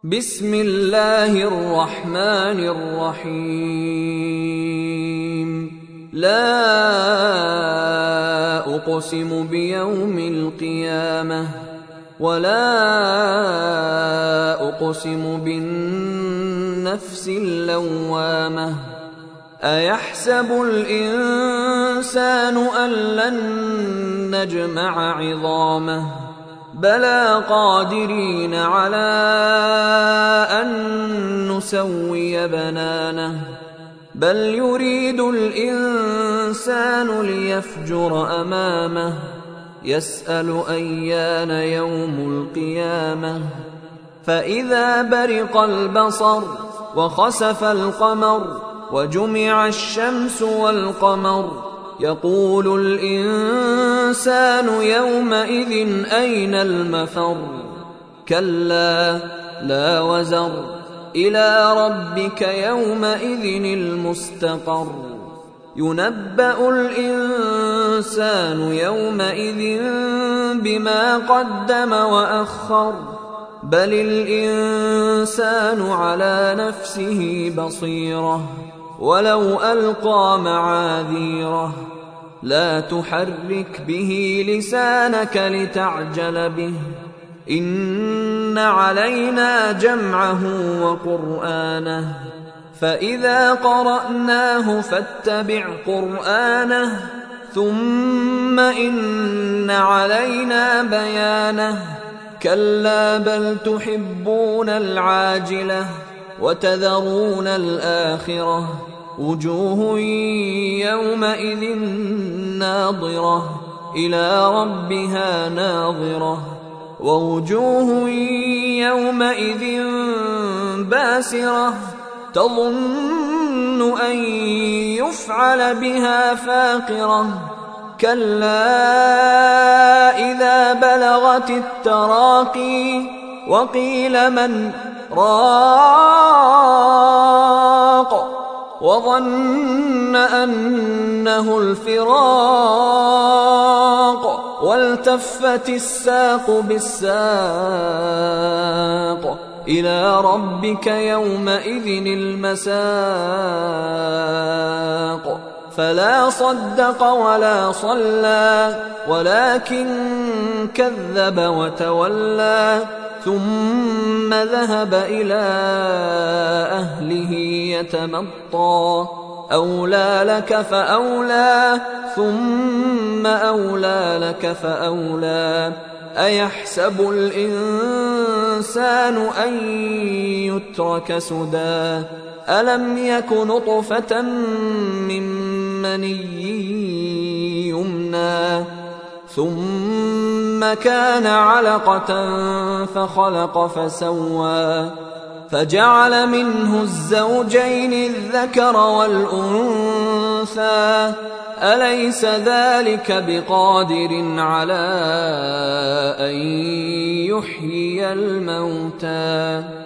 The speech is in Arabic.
بسم الله الرحمن الرحيم. لا أقسم بيوم القيامة ولا أقسم بالنفس اللوامة. أيحسب الإنسان أن لن نجمع عظامه بلى قادرين على أن نسوي بنانه بل يريد الإنسان ليفجر أمامه يسأل أيان يوم القيامة. فإذا برق البصر وخسف القمر وجمع الشمس والقمر يقول الإنسان يومئذ أين المفر. كلا لا وزر إلى ربك يومئذ المستقر. ينبأ الإنسان يومئذ بما قدم وأخر بل الإنسان على نفسه بصيرة ولو ألقى معاذيره. لا تحرك به لسانك لتعجل به إن علينا جمعه وقرآنه فإذا قرأناه فاتبع قرآنه ثم إن علينا بيانه. كلا بل تحبون العاجلة وتذرون الآخرة وجوه يومئذ ناظرة إلى ربها ناظرة ووجوه يومئذ باسرة تظن أن يفعل بها فاقرة. كلا إذا بلغت التراقي وقيل من راق وظن أنه الفراق والتفت الساق بالساق إلى ربك يومئذ المساق. فلا صدق ولا صلى ولكن كذب وتولى ثم ذهب إلى أهله يتمطى. أولى لك فأولى ثم أولى لك فأولى. أيحسب الإنسان أن يترك سدى ألم يك نطفة من مني يمنى ثم كان علقة فخلق فسوى فجعل منه الزوجين الذكر والأنثى. أليس ذلك بقادر على أن يحيي الموتى.